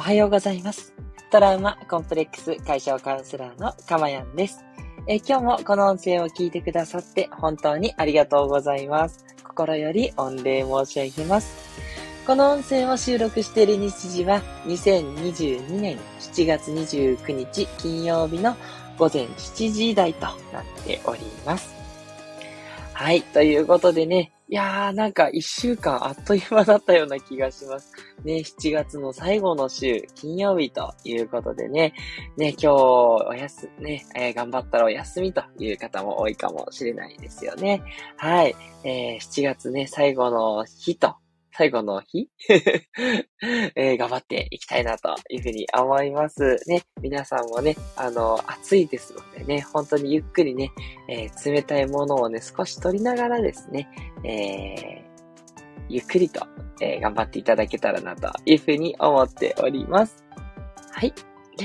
はようございます。トラウマコンプレックス解消カウンセラーのかまやんです。今日もこの音声を聞いてくださって本当にありがとうございます。心より御礼申し上げます。この音声を収録している日時は2022年7月29日金曜日の午前7時台となっております。はい。ということでね。なんか一週間あっという間だったような気がします。ね、7月の最後の週、金曜日ということでね。ね、今日頑張ったらお休みという方も多いかもしれないですよね。はい。7月ね、最後の日頑張っていきたいなというふうに思いますね。皆さんもね、暑いですのでね、本当にゆっくりね、冷たいものをね、少し取りながらですね、ゆっくりと、頑張っていただけたらなというふうに思っております。はい。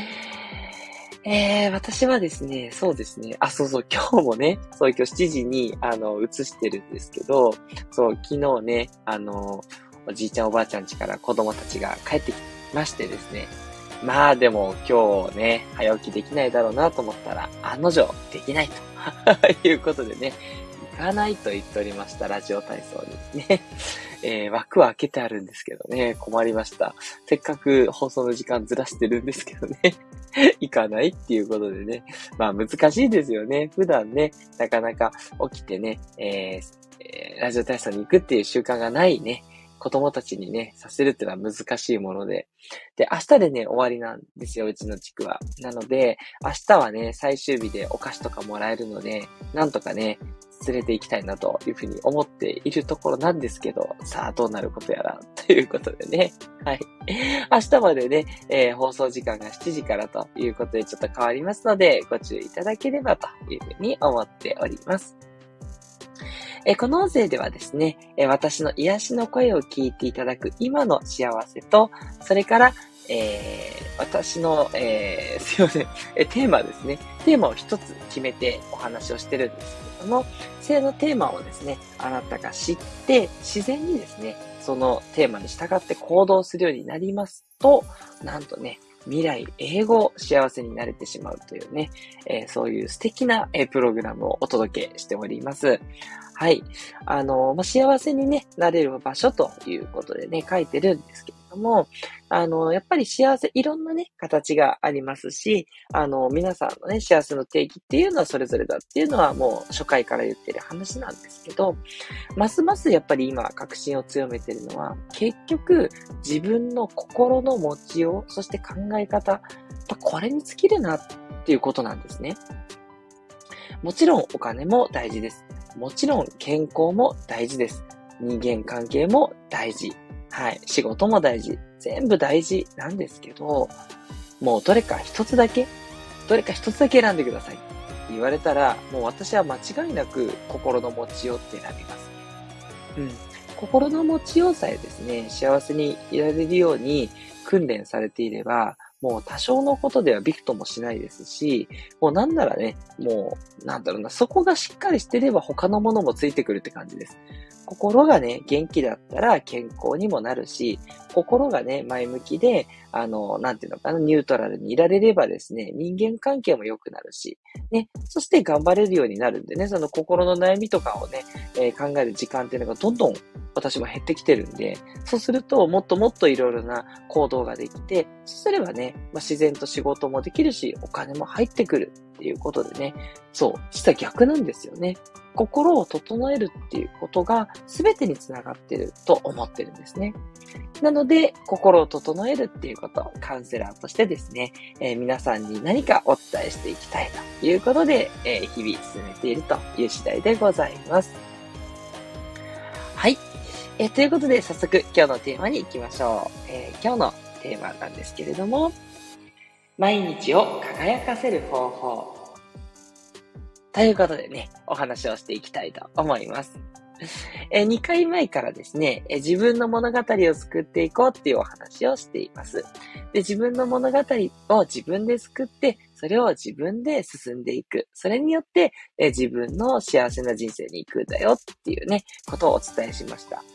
私はですね、そうですね。今日もね、今日7時に、映してるんですけど、昨日ね、おじいちゃんおばあちゃん家から子供たちが帰ってきましてですね。まあでも今日ね、早起きできないだろうなと思ったら、案の定できないということでね、行かないと言っておりました、ラジオ体操にね。枠は開けてあるんですけどね、困りました。せっかく放送の時間ずらしてるんですけどね。行かないっていうことでね。まあ難しいですよね。普段ね、なかなか起きてね、ラジオ体操に行くっていう習慣がないね、子供たちにね、させるっていうのは難しいもので。で、明日でね、終わりなんですよ、うちの地区は。なので、明日はね、最終日でお菓子とかもらえるので、なんとかね、連れて行きたいなというふうに思っているところなんですけど、さあどうなることやらということでね。はい。明日までね、放送時間が7時からということでちょっと変わりますので、ご注意いただければというふうに思っております。この音声ではですね、私の癒しの声を聞いていただく今の幸せと、それから、私の、すいません、テーマですね。テーマを一つ決めてお話をしてるんですけれども、そのテーマをですね、あなたが知って、自然にですね、そのテーマに従って行動するようになりますと、なんとね、未来永劫幸せになれてしまうというね、そういう素敵な、プログラムをお届けしております。はい。幸せにね、なれる場所ということでね、書いてるんですけれども、やっぱり幸せ、いろんなね、形がありますし、皆さんのね、幸せの定義っていうのはそれぞれだっていうのはもう初回から言ってる話なんですけど、ますますやっぱり今確信を強めてるのは、結局自分の心の持ちよう、そして考え方、これに尽きるなっていうことなんですね。もちろんお金も大事です。もちろん健康も大事です。人間関係も大事。はい。仕事も大事。全部大事なんですけど、もうどれか一つだけ選んでくださいって言われたら、もう私は間違いなく心の持ちようって選びます。心の持ちようさえですね、幸せにいられるように訓練されていれば、もう多少のことではびくともしないですし、もうなんならね、そこがしっかりしてれば他のものもついてくるって感じです。心がね、元気だったら健康にもなるし、心がね、前向きで、ニュートラルにいられればですね、人間関係も良くなるし、ね、そして頑張れるようになるんでね、その心の悩みとかをね、考える時間っていうのがどんどん私も減ってきてるんで、そうするともっともっといろいろな行動ができて、そうすればね、自然と仕事もできるし、お金も入ってくるっていうことでね、実は逆なんですよね。心を整えるっていうことが全てにつながってると思ってるんですね。なので、心を整えるっていうこと、カウンセラーとしてですね、皆さんに何かお伝えしていきたいということで、日々進めているという次第でございます。はい。ということで、早速今日のテーマに行きましょう。今日のテーマなんですけれども、毎日を輝かせる方法。ということでね、お話をしていきたいと思います。2回前からですね、自分の物語を作っていこうっていうお話をしています。で、自分の物語を自分で作って、それを自分で進んでいく。それによって、自分の幸せな人生に行くんだよっていうね、ことをお伝えしました。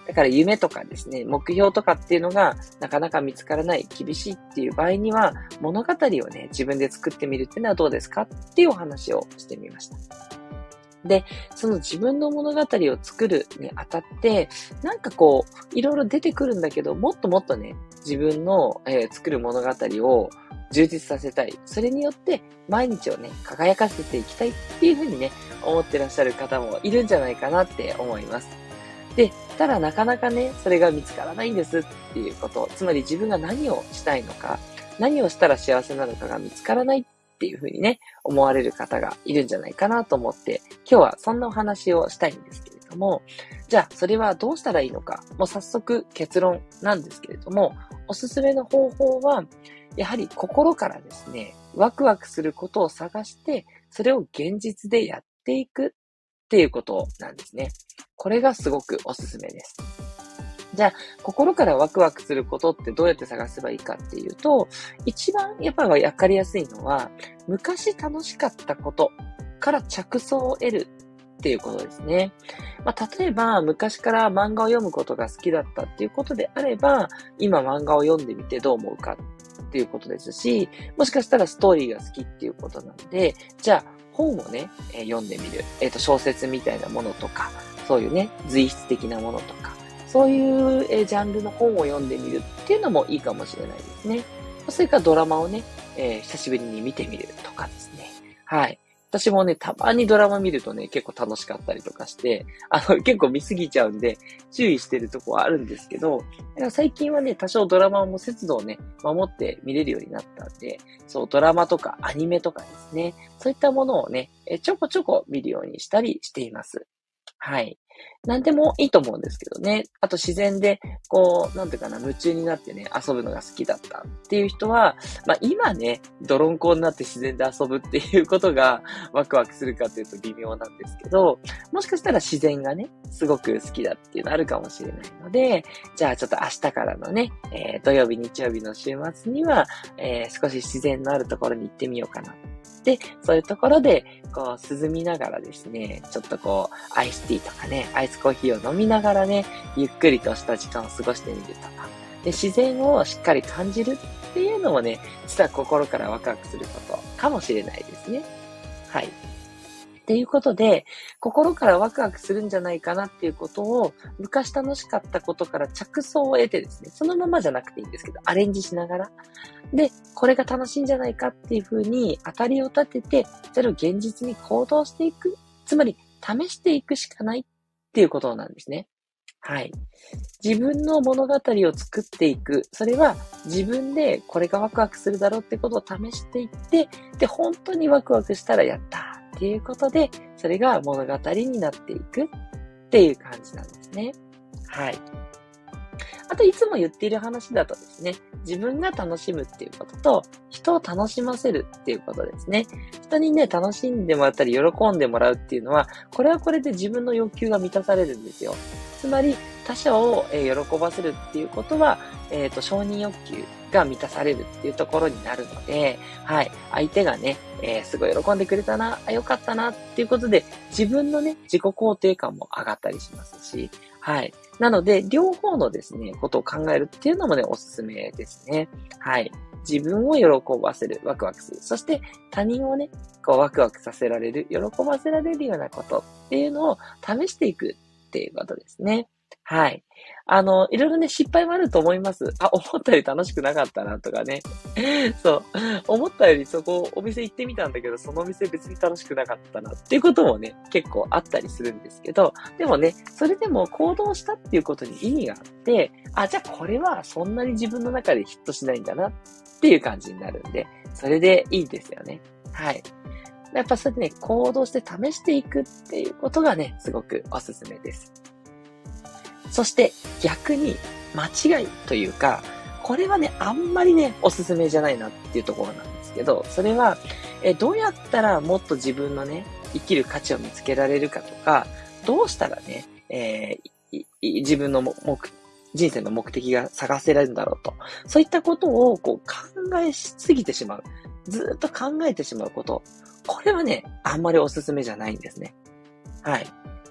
だから夢とかですね、目標とかっていうのがなかなか見つからない、厳しいっていう場合には、物語をね、自分で作ってみるっていうのはどうですかっていうお話をしてみました。で、その自分の物語を作るにあたって、なんかこう、いろいろ出てくるんだけど、もっともっとね、自分の、作る物語を充実させたい。それによって、毎日をね、輝かせていきたいっていうふうにね、思ってらっしゃる方もいるんじゃないかなって思います。で、ただなかなかね、それが見つからないんですっていうこと、つまり自分が何をしたいのか、何をしたら幸せなのかが見つからないっていうふうにね、思われる方がいるんじゃないかなと思って、今日はそんなお話をしたいんですけれども、じゃあそれはどうしたらいいのか、もう早速結論なんですけれども、おすすめの方法は、やはり心からですね、ワクワクすることを探して、それを現実でやっていくっていうことなんですね。これがすごくおすすめです。じゃあ、心からワクワクすることってどうやって探せばいいかっていうと、一番やっぱりわかりやすいのは、昔楽しかったことから着想を得るっていうことですね。例えば、昔から漫画を読むことが好きだったっていうことであれば、今漫画を読んでみてどう思うかっていうことですし、もしかしたらストーリーが好きっていうことなんで、じゃあ、本をね、読んでみる。小説みたいなものとか、そういうね、随筆的なものとか、そういう、ジャンルの本を読んでみるっていうのもいいかもしれないですね。それからドラマをね、久しぶりに見てみるとかですね。はい。私もね、たまにドラマ見るとね、結構楽しかったりとかして、結構見すぎちゃうんで、注意してるとこはあるんですけど、最近はね、多少ドラマも節度をね、守って見れるようになったんで、そう、ドラマとかアニメとかですね、そういったものをね、ちょこちょこ見るようにしたりしています。はい。なんでもいいと思うんですけどね。あと自然で、こう、なんていうかな、夢中になってね、遊ぶのが好きだったっていう人は、今ね、泥んこになって自然で遊ぶっていうことがワクワクするかというと微妙なんですけど、もしかしたら自然がね、すごく好きだっていうのあるかもしれないので、じゃあちょっと明日からのね、土曜日、日曜日の週末には、少し自然のあるところに行ってみようかな。で、そういうところで、こう、涼みながらですね、ちょっとこう、アイスティーとかね、アイスコーヒーを飲みながらね、ゆっくりとした時間を過ごしてみるとか、で、自然をしっかり感じるっていうのもね、実は心からワクワクすることかもしれないですね。はい。っていうことで、心からワクワクするんじゃないかなっていうことを、昔楽しかったことから着想を得てですね、そのままじゃなくていいんですけど、アレンジしながら、で、これが楽しいんじゃないかっていうふうに当たりを立てて、それを現実に行動していく。つまり、試していくしかないっていうことなんですね。はい。自分の物語を作っていく。それは自分でこれがワクワクするだろうってことを試していって、で、本当にワクワクしたらやったっていうことで、それが物語になっていくっていう感じなんですね。はい。あと、いつも言っている話だとですね、自分が楽しむっていうことと、人を楽しませるっていうことですね。人にね、楽しんでもらったり、喜んでもらうっていうのは、これはこれで自分の欲求が満たされるんですよ。つまり、他者を喜ばせるっていうことは、承認欲求が満たされるっていうところになるので、はい。相手がね、すごい喜んでくれたな、よかったなっていうことで、自分のね、自己肯定感も上がったりしますし、はい。なので、両方のですね、ことを考えるっていうのもね、おすすめですね。はい。自分を喜ばせる、ワクワクする。そして他人をね、こうワクワクさせられる、喜ばせられるようなことっていうのを試していくっていうことですね。はい。いろいろね、失敗もあると思います。思ったより楽しくなかったなとかね。そう。思ったよりそこ、お店行ってみたんだけど、そのお店別に楽しくなかったなっていうこともね、結構あったりするんですけど、でもね、それでも行動したっていうことに意味があって、じゃあこれはそんなに自分の中でヒットしないんだなっていう感じになるんで、それでいいですよね。はい。やっぱそれでね、行動して試していくっていうことがね、すごくおすすめです。そして逆に間違いというか、これはね、あんまりね、おすすめじゃないなっていうところなんですけど、それは、どうやったらもっと自分のね、生きる価値を見つけられるかとか、どうしたらね、自分の人生の目的が探せられるんだろうと。そういったことをこう考えすぎてしまう。ずっと考えてしまうこと。これはね、あんまりおすすめじゃないんですね。はい。つ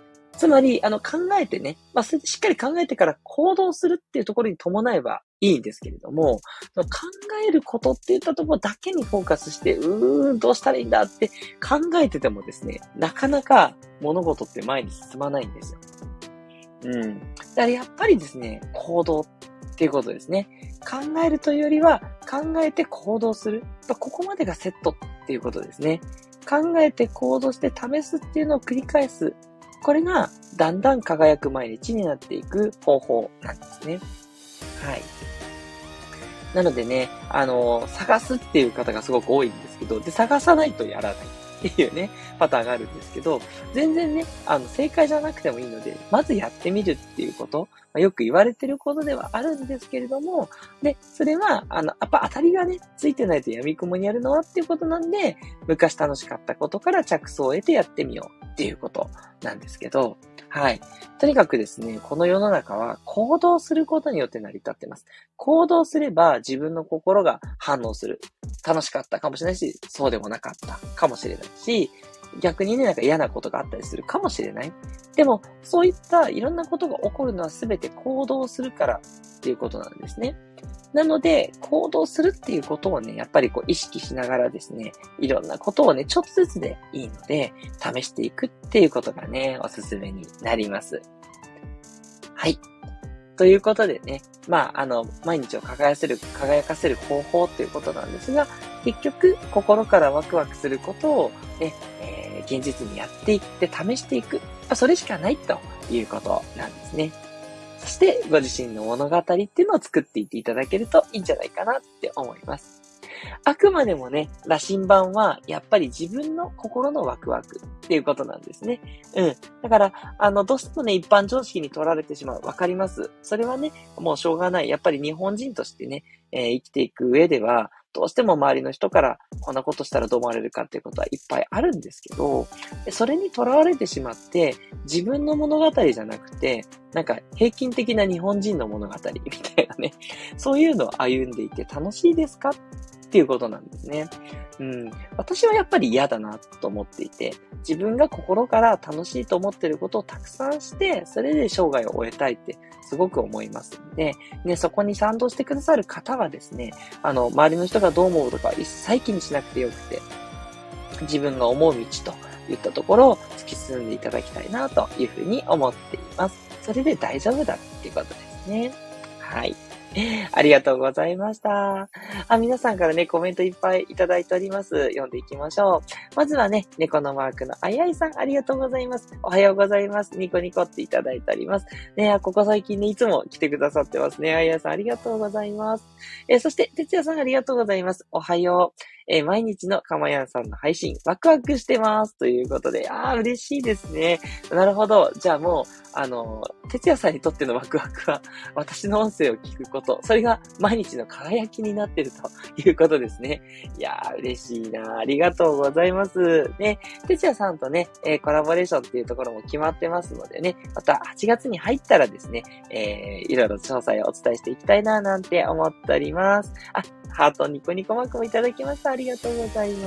つまり、考えてね、それでしっかり考えてから行動するっていうところに伴えばいいんですけれども、その考えることっていったところだけにフォーカスして、どうしたらいいんだって考えててもですね、なかなか物事って前に進まないんですよ。だからやっぱりですね、行動っていうことですね。考えるというよりは、考えて行動する。ここまでがセットっていうことですね。考えて行動して試すっていうのを繰り返す。これがだんだん輝く毎日になっていく方法なんですね。はい。なのでね、探すっていう方がすごく多いんですけど、で、探さないとやらないっていうね、パターンがあるんですけど、全然ね、正解じゃなくてもいいので、まずやってみるっていうこと、よく言われてることではあるんですけれども、で、それは、やっぱ当たりがね、ついてないと闇雲にやるのはっていうことなんで、昔楽しかったことから着想を得てやってみようっていうことなんですけど、はい。とにかくですね、この世の中は行動することによって成り立ってます。行動すれば自分の心が反応する。楽しかったかもしれないし、そうでもなかったかもしれないし、逆にね、なんか嫌なことがあったりするかもしれない。でも、そういったいろんなことが起こるのは全て行動するからっていうことなんですね。なので、行動するっていうことをね、やっぱり意識しながらですね、いろんなことをね、ちょっとずつでいいので、試していくっていうことがね、おすすめになります。はい。ということでね、毎日を輝かせる方法ということなんですが、結局、心からワクワクすることをね、現実にやっていって試していく。それしかないということなんですね。そして、ご自身の物語っていうのを作っていっていただけるといいんじゃないかなって思います。あくまでもね、羅針盤は、やっぱり自分の心のワクワクっていうことなんですね。だから、どうしてもね、一般常識に取られてしまう。わかります。それはね、もうしょうがない。やっぱり日本人としてね、生きていく上では、どうしても周りの人からこんなことしたらどう思われるかっていうことはいっぱいあるんですけど、それにとらわれてしまって、自分の物語じゃなくて、なんか平均的な日本人の物語みたいなね、そういうのを歩んでいて楽しいですかっていうことなんですね。私はやっぱり嫌だなと思っていて、自分が心から楽しいと思っていることをたくさんして、それで生涯を終えたいってすごく思いますので、ね、そこに賛同してくださる方はですね、周りの人がどう思うとか一切気にしなくてよくて、自分が思う道といったところを突き進んでいただきたいなというふうに思っています。それで大丈夫だっていうことですね。はい。ありがとうございました。皆さんからね、コメントいっぱいいただいております。読んでいきましょう。まずはね、猫のマークのあいあいさん、ありがとうございます。おはようございます。ニコニコっていただいております。ね、ここ最近ね、いつも来てくださってますね。あいあいさん、ありがとうございます。そして、てつやさん、ありがとうございます。おはよう。毎日のかまやんさんの配信、ワクワクしてます。ということで、嬉しいですね。なるほど。じゃあもう、てつやさんにとってのワクワクは、私の音声を聞くこと、それが毎日の輝きになっているということですね。いやー、嬉しいな。ありがとうございます。ね、てつやさんとね、コラボレーションっていうところも決まってますのでね、また8月に入ったらですね、いろいろ詳細をお伝えしていきたいな、なんて思っております。ハートニコニコマークもいただきました。ありがとうございます。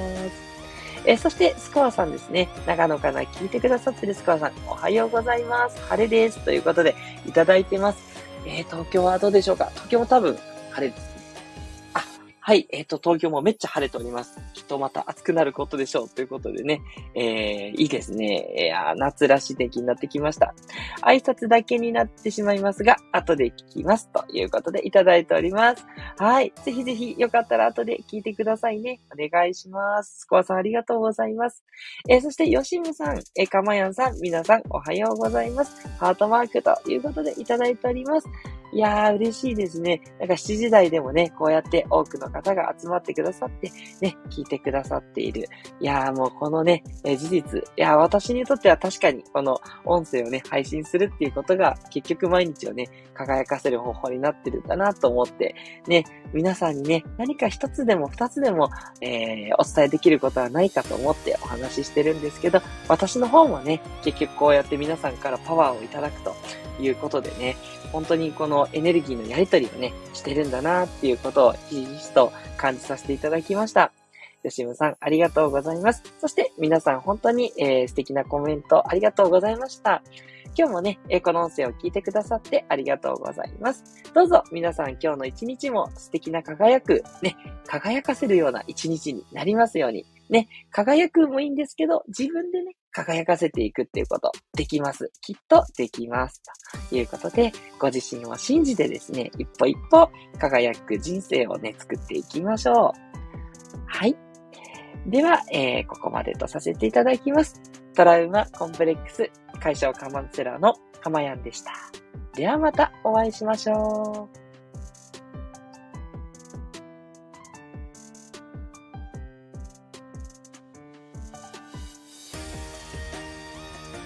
そして、スコアさんですね。長野から聞いてくださってるスコアさん、おはようございます。晴れです。ということで、いただいてます。東京はどうでしょうか？東京も多分、晴れですね。はい。東京もめっちゃ晴れております。きっとまた暑くなることでしょう。ということでね。いいですね。夏らしい天気になってきました。挨拶だけになってしまいますが、後で聞きます。ということでいただいております。はい。ぜひぜひよかったら後で聞いてくださいね。お願いします。スコアさんありがとうございます。そして、ヨシムさん、かまやんさん、皆さんおはようございます。ハートマークということでいただいております。いやー、嬉しいですね。なんか7時台でもね、こうやって多くの方が集まってくださって、ね、聞いてくださっている。いやー、もうこのね、事実。いやー、私にとっては確かにこの音声をね、配信するっていうことが結局毎日をね、輝かせる方法になってるんだなと思って、ね、皆さんにね、何か一つでも二つでも、お伝えできることはないかと思ってお話ししてるんですけど、私の方もね、結局こうやって皆さんからパワーをいただくということでね、本当にこのエネルギーのやりとりをね、してるんだなっていうことをひしひしと感じさせていただきました。 よしむさん、ありがとうございます。そして皆さん本当に、素敵なコメントありがとうございました。今日もね、この音声を聞いてくださってありがとうございます。どうぞ皆さん今日の一日も素敵な輝かせるような一日になりますように。ね、輝くもいいんですけど、自分でね、輝かせていくっていうこと、できます。きっとできます。ということで、ご自身を信じてですね、一歩一歩輝く人生をね、作っていきましょう。はい。では、ここまでとさせていただきます。トラウマコンプレックス解消カウンセラーのかまやんでした。ではまたお会いしましょう。